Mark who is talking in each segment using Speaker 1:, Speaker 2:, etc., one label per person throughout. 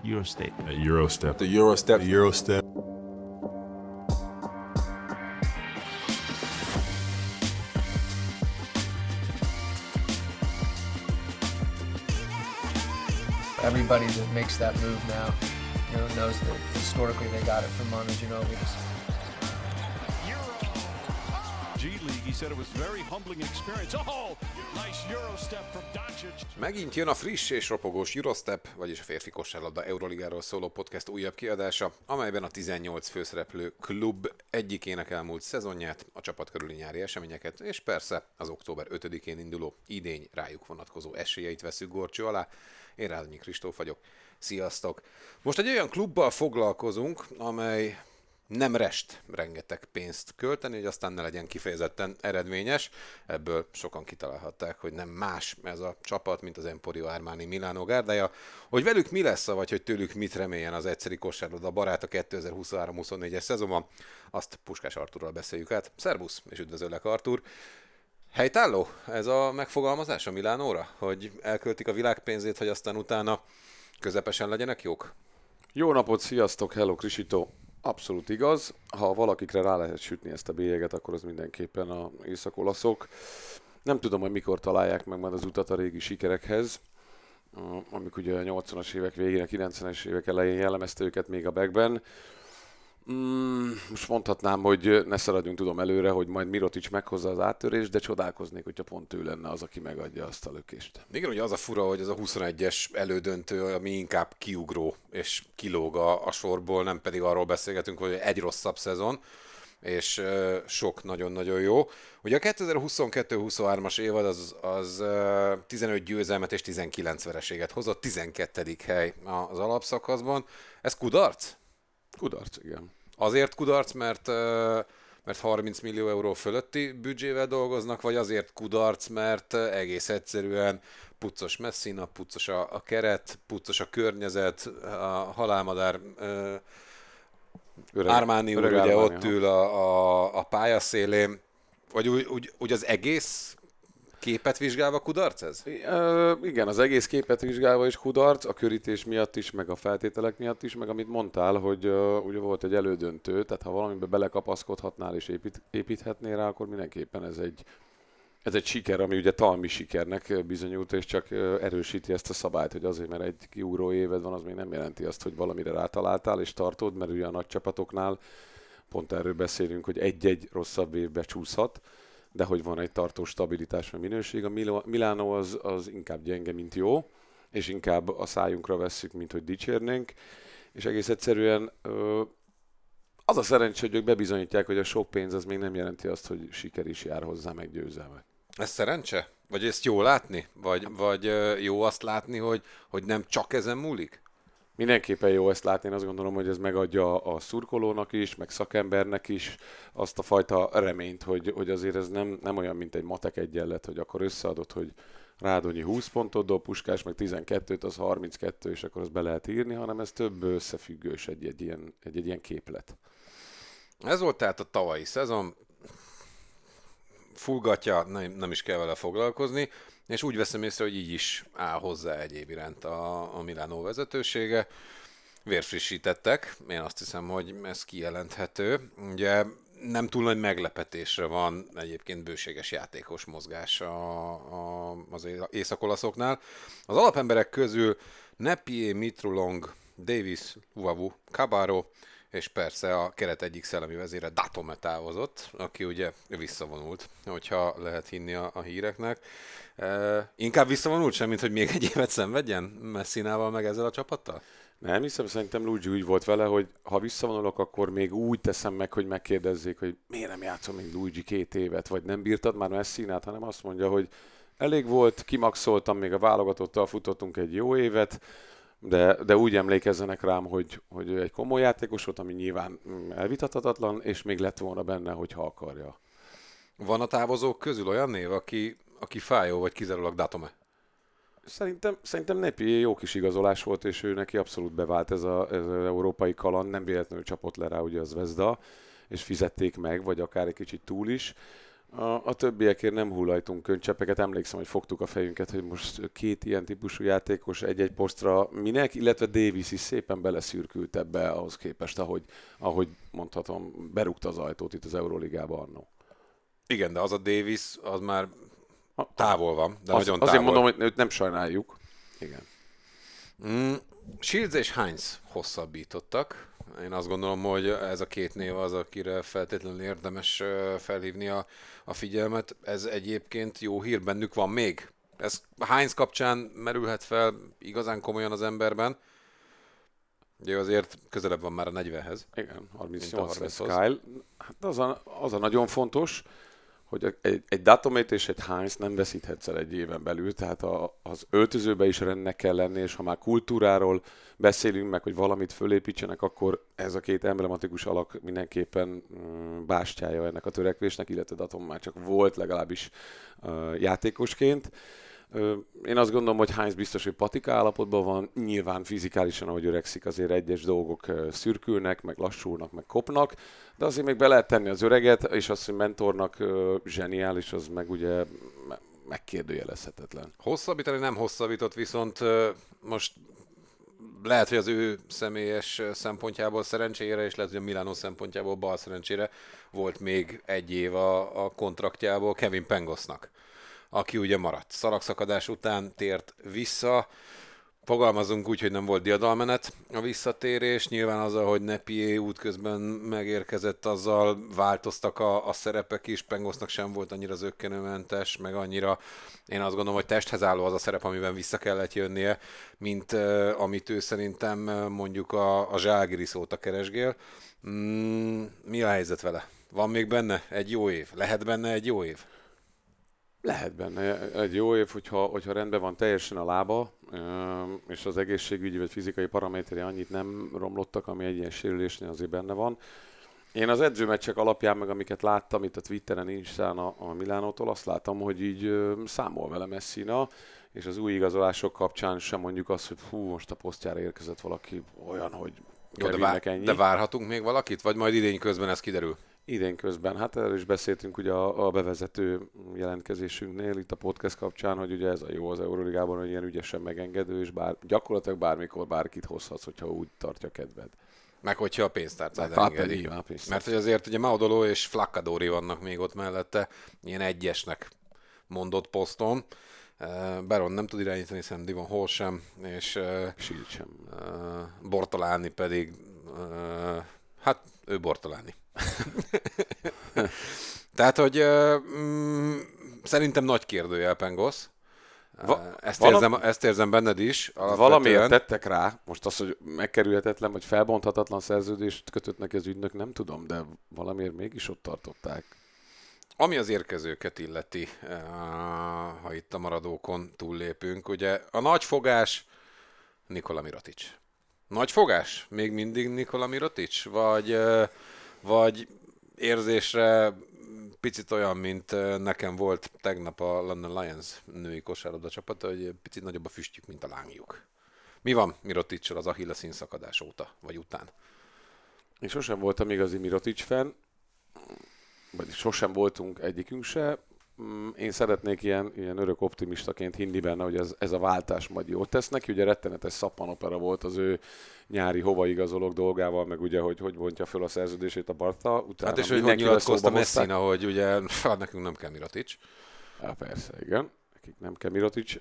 Speaker 1: Eurostep.
Speaker 2: Eurostep.
Speaker 3: The Eurostep.
Speaker 2: The Eurostep.
Speaker 4: Everybody that makes that move now, knows that historically they got it from Manu Ginobili.
Speaker 5: G League, he said it was very humbling experience. Oh, nice Eurostep from Doncic.
Speaker 6: Megint jön a friss és ropogós Eurostep, vagyis a férfi kosárlabda Euroligáról szóló podcast újabb kiadása, amelyben a 18 főszereplő klub egyikének elmúlt szezonját, a csapat körüli nyári eseményeket, és persze az október 5-én induló idény rájuk vonatkozó esélyeit veszük górcső alá. Én Rádonyi Kristóf vagyok. Sziasztok! Most egy olyan klubbal foglalkozunk, amely nem rest rengeteg pénzt költeni, hogy aztán ne legyen kifejezetten eredményes. Ebből sokan kitalálhatták, hogy nem más ez a csapat, mint az Emporio Armani Milano gárdája. Hogy velük mi lesz, vagy hogy tőlük mit reméljen az egyszeri kosárlabda barát a 2023-24-es szezonban, azt Puskás Artúrral beszéljük át. Szervusz, és üdvözöllek, Artúr! Helytálló ez a megfogalmazás a Milánóra? Hogy elköltik a világpénzét, hogy aztán utána közepesen legyenek jók?
Speaker 7: Jó napot, sziasztok, hello Krisito! Abszolút igaz. Ha valakikre rá lehet sütni ezt a bélyeget, akkor az mindenképpen az észak-olaszok. Nem tudom, hogy mikor találják meg majd az utat a régi sikerekhez, amik ugye a 80-as évek végén, a 90-es évek elején jellemezte őket még a backben. Most mondhatnám, hogy ne szaladjunk tudom előre, hogy majd Mirotić meghozza az áttörést, de csodálkoznék, hogyha pont ő lenne az, aki megadja azt a lökést.
Speaker 6: Igen, ugye az a fura, hogy ez a 21-es elődöntő, ami inkább kiugró és kilóg a sorból, nem pedig arról beszélgetünk, hogy egy rosszabb szezon, és sok nagyon-nagyon jó. Ugye a 2022-23-as évad az 15 győzelmet és 19 vereséget hozott, 12. hely az alapszakaszban. Ez kudarc?
Speaker 7: Kudarc, igen.
Speaker 6: Azért kudarc, mert 30 millió euró fölötti büdzsével dolgoznak, vagy azért kudarc, mert egész egyszerűen puccos Messina, puccos a keret, puccos a környezet, a halálmadár Armani úr ugye ott ül a pályaszélén, vagy úgy az egész képet vizsgálva kudarc ez?
Speaker 7: Igen, az egész képet vizsgálva is kudarc, a körítés miatt is, meg a feltételek miatt is, meg amit mondtál, hogy ugye volt egy elődöntő, tehát ha valamibe belekapaszkodhatnál és építhetnél rá, akkor mindenképpen ez egy siker, ami ugye talmi sikernek bizonyult, és csak erősíti ezt a szabályt, hogy azért, mert egy kiugró éved van, az még nem jelenti azt, hogy valamire rátaláltál és tartod, mert ugye a nagy csapatoknál pont erről beszélünk, hogy egy-egy rosszabb évbe csúszhat, de hogy van egy tartós stabilitás vagy minőség. A Milano az inkább gyenge, mint jó, és inkább a szájunkra vesszük, mint hogy dicsérnénk, és egész egyszerűen az a szerencsé, hogy ők bebizonyítják, hogy a sok pénz az még nem jelenti azt, hogy siker is jár hozzá, meg győzelmek.
Speaker 6: Ez szerencse? Vagy ezt jó látni? Vagy jó azt látni, hogy nem csak ezen múlik?
Speaker 7: Mindenképpen jó ezt látni, én azt gondolom, hogy ez megadja a szurkolónak is, meg szakembernek is azt a fajta reményt, hogy azért ez nem olyan, mint egy matek egyenlet, hogy akkor összeadod, hogy Rádonyi 20 pontot dob, Puskás meg 12-t, az 32, és akkor azt be lehet írni, hanem ez több összefüggős egy ilyen képlet.
Speaker 6: Ez volt tehát a tavalyi szezon, fullgatja, nem is kell vele foglalkozni, és úgy veszem észre, hogy így is áll hozzá egyéb iránt a Milánó vezetősége. Vérfrissítettek, én azt hiszem, hogy ez kijelenthető. Ugye nem túl nagy meglepetésre van egyébként bőséges játékos mozgás az észak-olaszoknál. Az alapemberek közül Nepié, Mitrulong, Davis, Uvavu, Cabarro, és persze a keret egyik szellemi vezére Datome távozott, aki ugye visszavonult, hogyha lehet hinni a híreknek. Inkább visszavonult sem, mint hogy még egy évet szenvedjen Messinával meg ezzel a csapattal?
Speaker 7: Nem hiszem, szerintem Luigi úgy volt vele, hogy ha visszavonulok, akkor még úgy teszem meg, hogy megkérdezzék, hogy miért nem játszom még Luigi 2 évet, vagy nem bírtad már Messinát, hanem azt mondja, hogy elég volt, kimaxoltam, még a válogatottal futottunk egy jó évet, de úgy emlékezzenek rám, hogy ő egy komoly játékos volt, ami nyilván elvitathatatlan, és még lett volna benne, hogyha akarja.
Speaker 6: Van a távozók közül olyan név, aki fájó, vagy kizárólag Datome?
Speaker 7: Szerintem Nepié jó kis igazolás volt, és ő neki abszolút bevált ez az európai kaland, nem véletlenül csapott le rá ugye az Zvezda, és fizették meg, vagy akár egy kicsit túl is. A többiekért nem hullajtunk könycseppeket. Emlékszem, hogy fogtuk a fejünket, hogy most két ilyen típusú játékos egy-egy posztra minek, illetve Davis is szépen beleszürkült ebbe ahhoz képest, ahogy mondhatom, berúgta az ajtót itt az Euroligába annó.
Speaker 6: Igen, de az a Davis, az már távol van, de nagyon
Speaker 7: azért
Speaker 6: távol.
Speaker 7: mondom, hogy őt nem sajnáljuk. Igen.
Speaker 6: Shields és Hines hosszabbítottak. Én azt gondolom, hogy ez a két név az, akire feltétlenül érdemes felhívni a figyelmet. Ez egyébként jó hír, bennük van még. Ez Hines kapcsán merülhet fel igazán komolyan az emberben. Ugye azért közelebb van már a 40-hez.
Speaker 7: Igen, 38 lesz
Speaker 6: 30-hoz.
Speaker 7: Kyle. Hát az a nagyon fontos, hogy egy Datomét és egy Hines nem veszíthetsz el egy éven belül, tehát az öltözőbe is rendnek kell lenni, és ha már kultúráról beszélünk meg, hogy valamit fölépítsenek, akkor ez a két emblematikus alak mindenképpen bástyája ennek a törekvésnek, illetve Datom már csak volt legalábbis játékosként. Én azt gondolom, hogy Hines biztos, hogy patika állapotban van, nyilván fizikálisan, ahogy öregszik, azért egyes dolgok szürkülnek, meg lassulnak, meg kopnak, de azért még be lehet tenni az öreget, és azt, hogy mentornak zseniális, az meg ugye megkérdőjelezhetetlen.
Speaker 6: Hosszabbítani nem hosszabbított, viszont most lehet, hogy az ő személyes szempontjából szerencsére, és lehet, hogy a Milano szempontjából bal szerencsére volt még egy év a kontraktjából Kevin Pangosnak, aki ugye maradt. Szalagszakadás után tért vissza. Fogalmazunk úgy, hogy nem volt diadalmenet a visszatérés. Nyilván azzal, hogy Nepié útközben megérkezett, azzal változtak a szerepek is. Pangosnak sem volt annyira zökkenőmentes, meg annyira, én azt gondolom, hogy testhez álló az a szerep, amiben vissza kellett jönnie, mint amit ő szerintem mondjuk a Zsálgiris óta keresgél. Mi a helyzet vele? Van még benne egy jó év? Lehet benne egy jó év?
Speaker 7: Lehet benne egy jó év, hogyha rendben van teljesen a lába, és az egészségügyi vagy fizikai paraméterei annyit nem romlottak, ami egy ilyen sérülésnél azért benne van. Én az edzőmeccsek alapján, meg amiket láttam itt a Twitteren, Instán a Milánótól, azt látom, hogy így számol vele Messina, és az új igazolások kapcsán sem mondjuk azt, hogy hú, most a posztjára érkezett valaki olyan, hogy Kevinnek ennyi.
Speaker 6: De várhatunk még valakit? Vagy majd idény közben ez kiderül?
Speaker 7: Idén közben, hát erről is beszéltünk ugye a bevezető jelentkezésünknél itt a podcast kapcsán, hogy ugye ez a jó az Euroligában, hogy ilyen ügyesen megengedő, és gyakorlatilag bármikor bárkit hozhatsz, hogyha úgy tartja kedved.
Speaker 6: Meg hogyha a pénztárcád
Speaker 7: Hát
Speaker 6: engedi.
Speaker 7: nyilván,
Speaker 6: Mert hogy azért ugye Maudolo és Flaccadori vannak még ott mellette, ilyen egyesnek mondott poszton. Baron nem tud irányítani, szerintem Divon Hall sem, és
Speaker 7: Shield sem.
Speaker 6: Bortolani pedig, hát ő Bortolani. Tehát, hogy szerintem nagy kérdőjel Pangos. Ezt érzem benned is.
Speaker 7: Valamiért tettek rá, most az, hogy megkerülhetetlen, vagy felbonthatatlan szerződést kötött neki az ügynök, nem tudom, de valamiért mégis ott tartották.
Speaker 6: Ami az érkezőket illeti, ha itt a maradókon túllépünk, ugye a nagy fogás Nikola Mirotić. Nagy fogás? Még mindig Nikola Mirotić? Vagy érzésre picit olyan, mint nekem volt tegnap a London Lions női kosárlabda csapata, hogy picit nagyobb a füstjük, mint a lángjuk. Mi van Mirotićsal az Achilles szakadás óta, vagy után?
Speaker 7: Én sosem voltam igazi Mirotić fan, vagy sosem voltunk egyikünk se. Én szeretnék ilyen örök optimistaként hinni benne, hogy ez a váltás majd jót tesz neki. Ugye rettenetes szappanopera volt az ő nyári hova igazolók dolgával, meg ugye, hogy bontja föl a szerződését a Barca. Utána
Speaker 6: hát és hogy nyilatkozta Messina, hogy ugye nekünk nem kell Mirotić.
Speaker 7: Ja, persze, igen. Nekik nem kell Mirotić.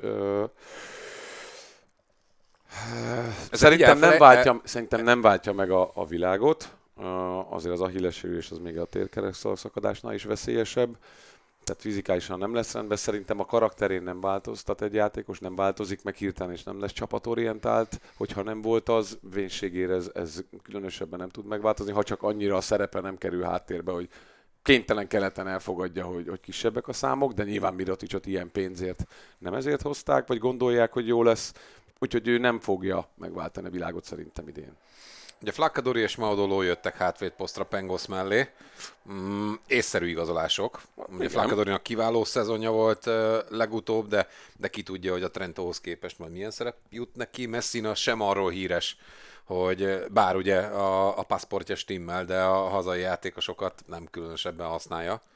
Speaker 7: Szerintem nem váltja meg a világot. Azért az Achilles sérülés az még a térkerek szakadásnál is veszélyesebb. Tehát fizikálisan nem lesz rendben, szerintem a karakterén nem változtat egy játékos, nem változik meg hirtelen, és nem lesz csapatorientált. Hogyha nem volt az, vénségére ez különösebben nem tud megváltozni, ha csak annyira a szerepe nem kerül háttérbe, hogy kénytelen keleten elfogadja, hogy kisebbek a számok, de nyilván Mirotićot ilyen pénzért nem ezért hozták, vagy gondolják, hogy jó lesz, úgyhogy ő nem fogja megváltani a világot szerintem idén.
Speaker 6: Ugye Flaccadori és Maudolo jöttek hátvédposztra Pangos mellé. Észszerű igazolások. Ugye Flaccadorinak kiváló szezonja volt legutóbb, de ki tudja, hogy a Trentóhoz képest majd milyen szerep jut neki. Messina sem arról híres, hogy bár ugye a paszportja stimmel, de a hazai játékosokat nem különösebben használja.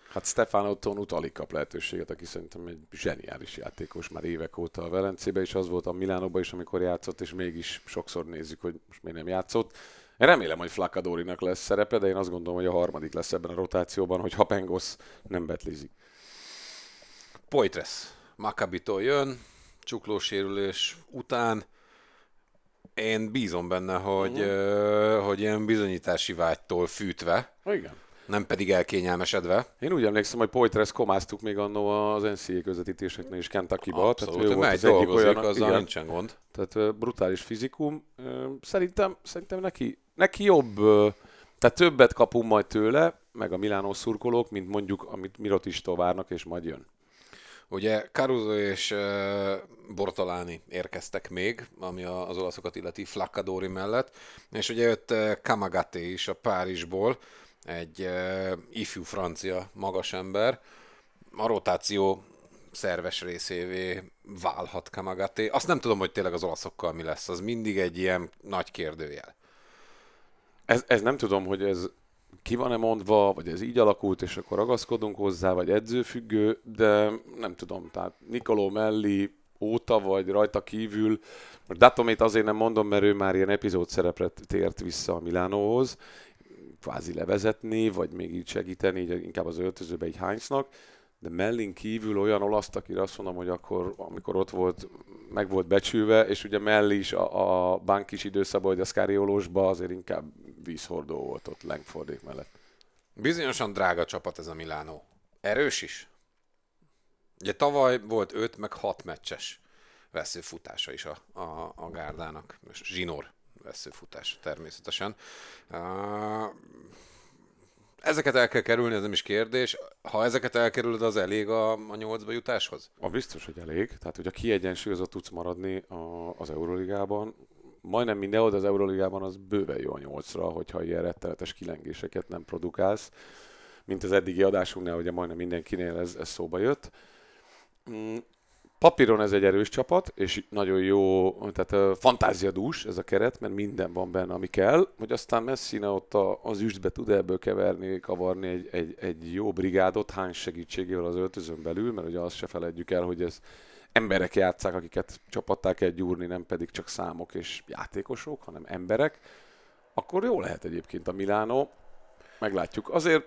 Speaker 7: Hát Stefano Tonut alig kap lehetőséget, aki szerintem egy zseniális játékos már évek óta a Velencében, és az volt a Milánóban is, amikor játszott, és mégis sokszor nézzük, hogy most miért nem játszott. Én remélem, hogy Flaccadorinak lesz szerepe, de én azt gondolom, hogy a harmadik lesz ebben a rotációban, hogy Hapengos nem betlizik.
Speaker 6: Poitres Maccabitól jön, csuklósérülés után. Én bízom benne, hogy ilyen bizonyítási vágytól fűtve,
Speaker 7: Igen.
Speaker 6: nem pedig elkényelmesedve.
Speaker 7: Én úgy emlékszem, hogy Poitres komáztuk még annó az NCAA közvetítéseknél is Kentucky-ba.
Speaker 6: Abszolút, tehát ő megy, dolgozik, azzal nincsen gond.
Speaker 7: Tehát brutális fizikum. Szerintem neki jobb, tehát többet kapunk majd tőle, meg a Milánó szurkolók, mint mondjuk, amit Mirotistól várnak, és majd jön.
Speaker 6: Ugye Caruso és Bortolani érkeztek még, ami az olaszokat illeti Flaccadori mellett, és ugye jött Kamagaté is a Párizsból, egy ifjú francia magasember. A rotáció szerves részévé válhat Kamagaté. Azt nem tudom, hogy tényleg az olaszokkal mi lesz, az mindig egy ilyen nagy kérdőjel.
Speaker 7: Ez nem tudom, hogy ez ki van-e mondva, vagy ez így alakult, és akkor ragaszkodunk hozzá, vagy edzőfüggő, de nem tudom, tehát Nicolò Melli óta, vagy rajta kívül, most Datomét azért nem mondom, mert ő már ilyen epizód szerepre tért vissza a Milánóhoz, kvázi levezetni, vagy még így segíteni, így inkább az öltözőbe egy Heinznak, de Mellin kívül olyan olaszt, akire azt mondom, hogy akkor, amikor ott volt, meg volt becsülve, és ugye Melli is a bankis időszakban, hogy a Scariolosba azért inkább vízhordó volt ott Langfordék mellett.
Speaker 6: Bizonyosan drága csapat ez a Milánó. Erős is. Ugye tavaly volt 5 meg 6 meccses veszőfutása is a Gárdának. Most zsinór veszőfutás természetesen. Ezeket el kell kerülni, ez nem is kérdés. Ha ezeket elkerülöd, az elég a 8-ba jutáshoz?
Speaker 7: Biztos, hogy elég. Tehát, hogyha kiegyensúlyozott tudsz maradni az Euroligában, majdnem mindenhol, de az Euroligában az bőven jó a 8-ra, hogyha ilyen rettenetes kilengéseket nem produkálsz. Mint az eddigi adásunknál, ugye majdnem mindenkinél ez szóba jött. Papíron ez egy erős csapat, és nagyon jó, tehát fantáziadús ez a keret, mert minden van benne, ami kell, hogy aztán Messina ott az üstbe tud ebből kavarni egy jó brigádot Heinz segítségével az öltözön belül, mert ugye azt se feledjük el, hogy ez emberek játsszák, akiket csapattá kell gyúrni, nem pedig csak számok és játékosok, hanem emberek, akkor jó lehet egyébként a Milánó. Meglátjuk. Azért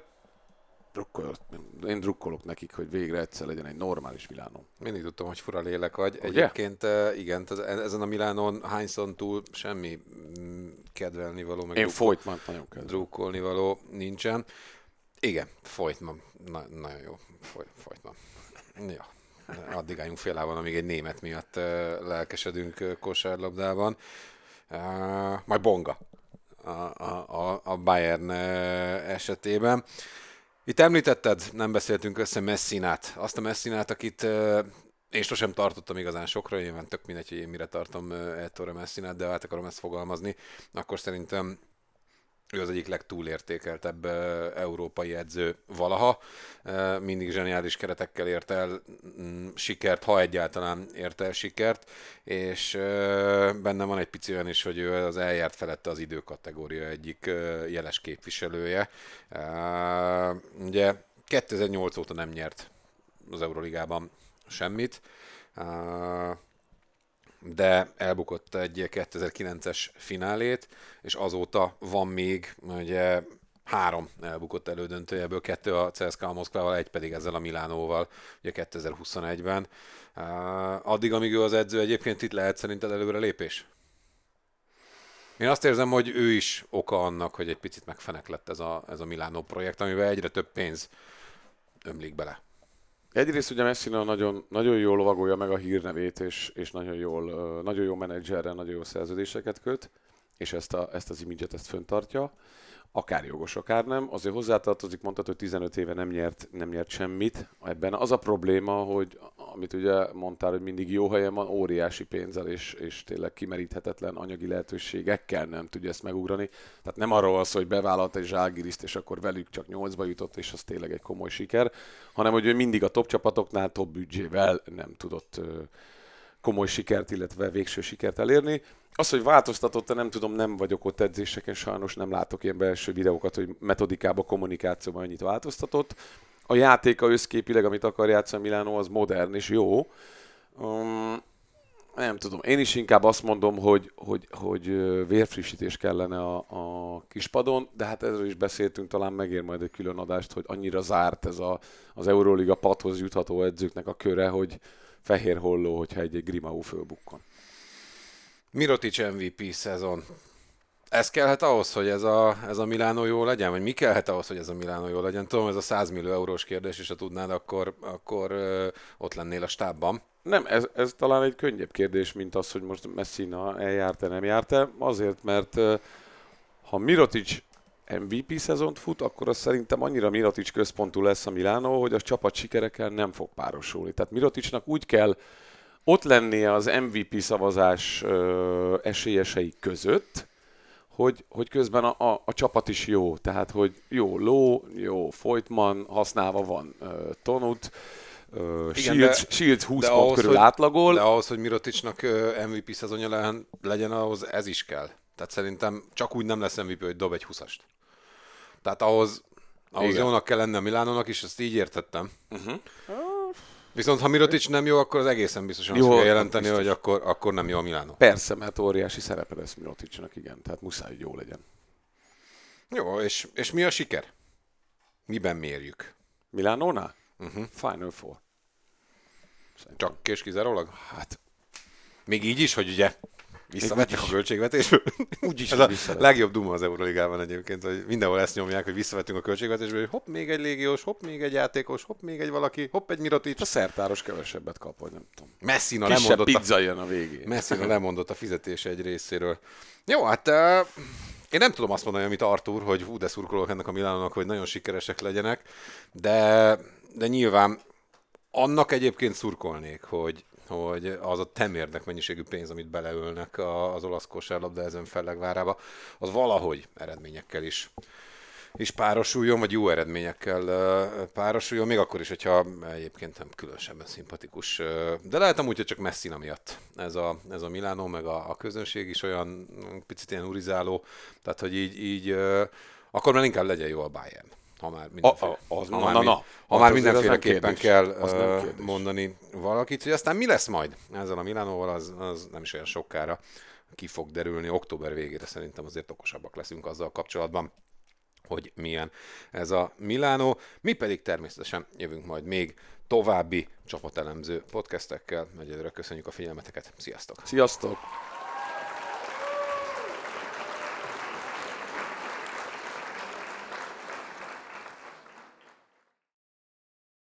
Speaker 7: én drukkolok nekik, hogy végre egyszer legyen egy normális Milánó.
Speaker 6: Mindig tudtam, hogy fura lélek vagy.
Speaker 7: Ugye?
Speaker 6: Egyébként igen, ezen a Milánon Heinzon túl semmi kedvelni való, meg
Speaker 7: én Voigtmant nagyon kedvelem.
Speaker 6: Drukkolni való nincsen. Igen, Voigtman. Nagyon jó. Voigtman. Ja. Addig álljunk félában, amíg egy német miatt lelkesedünk kosárlabdában. Majd Bonga a Bayern esetében. Itt említetted, nem beszéltünk össze Messinát. Azt a Messinát, akit én sosem tartottam igazán sokra, nyilván tök mindegy, hogy én mire tartom Ettore Messinát, de át akarom ezt fogalmazni, akkor szerintem ő az egyik legtúlértékeltebb európai edző valaha. Mindig zseniális keretekkel ért el sikert, ha egyáltalán ért el sikert, és benne van egy pici olyan is, hogy ő az eljárt felette az időkategória egyik jeles képviselője. Ugye 2008 óta nem nyert az Euroligában semmit, de elbukott egy 2009-es finálét, és azóta van még ugye 3 elbukott elődöntője, ebből 2 a CSKA Moszkvával, 1 pedig ezzel a Milánóval, ugye 2021-ben. Addig, amíg ő az edző, egyébként itt lehet szerinted előre lépés? Én azt érzem, hogy ő is oka annak, hogy egy picit megfenek lett ez a Milánó projekt, amiben egyre több pénz ömlik bele.
Speaker 7: Egyrészt ugye Messina nagyon, nagyon jól lovagolja meg a hírnevét, és nagyon jó menedzserrel, nagyon jó szerződéseket köt, és ezt az imidzset föntartja. Akár jogos, akár nem. Azért hozzátartozik, mondtad, hogy 15 éve nem nyert semmit. Ebben az a probléma, hogy amit ugye mondtál, hogy mindig jó helyen van, óriási pénzzel és tényleg kimeríthetetlen anyagi lehetőségekkel nem tudja ezt megugrani. Tehát nem arról van szó, hogy bevállalt egy Zsalgiriszt, és akkor velük csak 8-ba jutott, és az tényleg egy komoly siker, hanem hogy ő mindig a top csapatoknál top büdzsével nem tudott komoly sikert, illetve végső sikert elérni. Az, hogy változtatott, nem tudom, nem vagyok ott edzéseken, sajnos nem látok ilyen belső videókat, hogy metodikába, kommunikációban annyit változtatott. a játéka összképileg, amit akar játszani Milánó, az modern és jó. Nem tudom, én is inkább azt mondom, hogy vérfrissítés kellene a kispadon, de hát erről is beszéltünk, talán megér majd egy külön adást, hogy annyira zárt ez az Euróliga padhoz jutható edzőknek a köre, hogy fehér holló, hogyha egy Grimau fölbukkan.
Speaker 6: Mirotic MVP szezon. Ez kellhet ahhoz, hogy ez a Milánó jó legyen? Vagy mi kellhet ahhoz, hogy ez a Milánó jó legyen? Tudom, ez a 100 millió eurós kérdés, és ha tudnád, akkor ott lennél a stábban.
Speaker 7: Nem, ez talán egy könnyebb kérdés, mint az, hogy most Messina eljárt-e, nem járt-e. Azért, mert ha Mirotic MVP szezont fut, akkor az szerintem annyira Mirotic központú lesz a Milánó, hogy a csapat sikerekkel nem fog párosulni. Tehát Miroticnak úgy kell ott lennie az MVP szavazás esélyesei között, hogy közben a csapat is jó. Tehát, hogy jó Ló, jó Voigtmann, használva van Tonut, Shields 20 pont körül átlagol.
Speaker 6: De ahhoz, hogy Miroticnak MVP szezonja legyen, ahhoz ez is kell. Tehát szerintem csak úgy nem lesz MVP, hogy dob egy 20-ast. Tehát ahhoz jónak kell lenni a Milánónak, és ezt így értettem. Viszont ha Mirotic nem jó, akkor az egészen biztosan azt fogja jelenteni, hogy akkor nem jó a Milánó.
Speaker 7: Persze, mert óriási szerepe lesz Miroticnak, igen. Tehát muszáj, hogy jó legyen.
Speaker 6: Jó, és mi a siker? Miben mérjük?
Speaker 7: Milánónál? Final Four.
Speaker 6: Csak és kizárólag? Hát, még így is, hogy ugye visszavettek a költségvetésből.
Speaker 7: Úgyis
Speaker 6: ez a legjobb duma az Euroligában egyébként, hogy mindenhol ezt nyomják, hogy visszavettünk a költségvetésből, hogy hopp, még egy légiós, hopp, még egy játékos, hopp, még egy valaki, hopp, egy Mirotic.
Speaker 7: A szertáros kevesebbet kap, vagy nem tudom.
Speaker 6: Messina
Speaker 7: kisebb pizza jön a végén.
Speaker 6: Messina lemondott a fizetése egy részéről. Jó, hát én nem tudom azt mondani, amit Artur, hogy de szurkolok ennek a Milánónak, hogy nagyon sikeresek legyenek, de nyilván annak egyébként szurkolnék, hogy az a temérdek mennyiségű pénz, amit beleölnek az olasz kosárlabda ezen Fellegvárába, az valahogy eredményekkel is párosuljon, vagy jó eredményekkel párosuljon, még akkor is, hogyha egyébként nem különösebben szimpatikus. De lehet amúgy, hogy csak Messina miatt ez a Milánó, meg a közönség is olyan picit ilyen urizáló, tehát hogy így akkor már inkább legyen jó a Bayern. Ha már mindenféleképpen kell mondani valakit, hogy aztán mi lesz majd ezzel a Milánóval, az nem is olyan sokkára ki fog derülni. Október végére szerintem azért okosabbak leszünk azzal kapcsolatban, hogy milyen ez a Milánó. Mi pedig természetesen jövünk majd még további csapatelemző podcastekkel. Egyelőre köszönjük a figyelmeteket. Sziasztok!
Speaker 7: Sziasztok!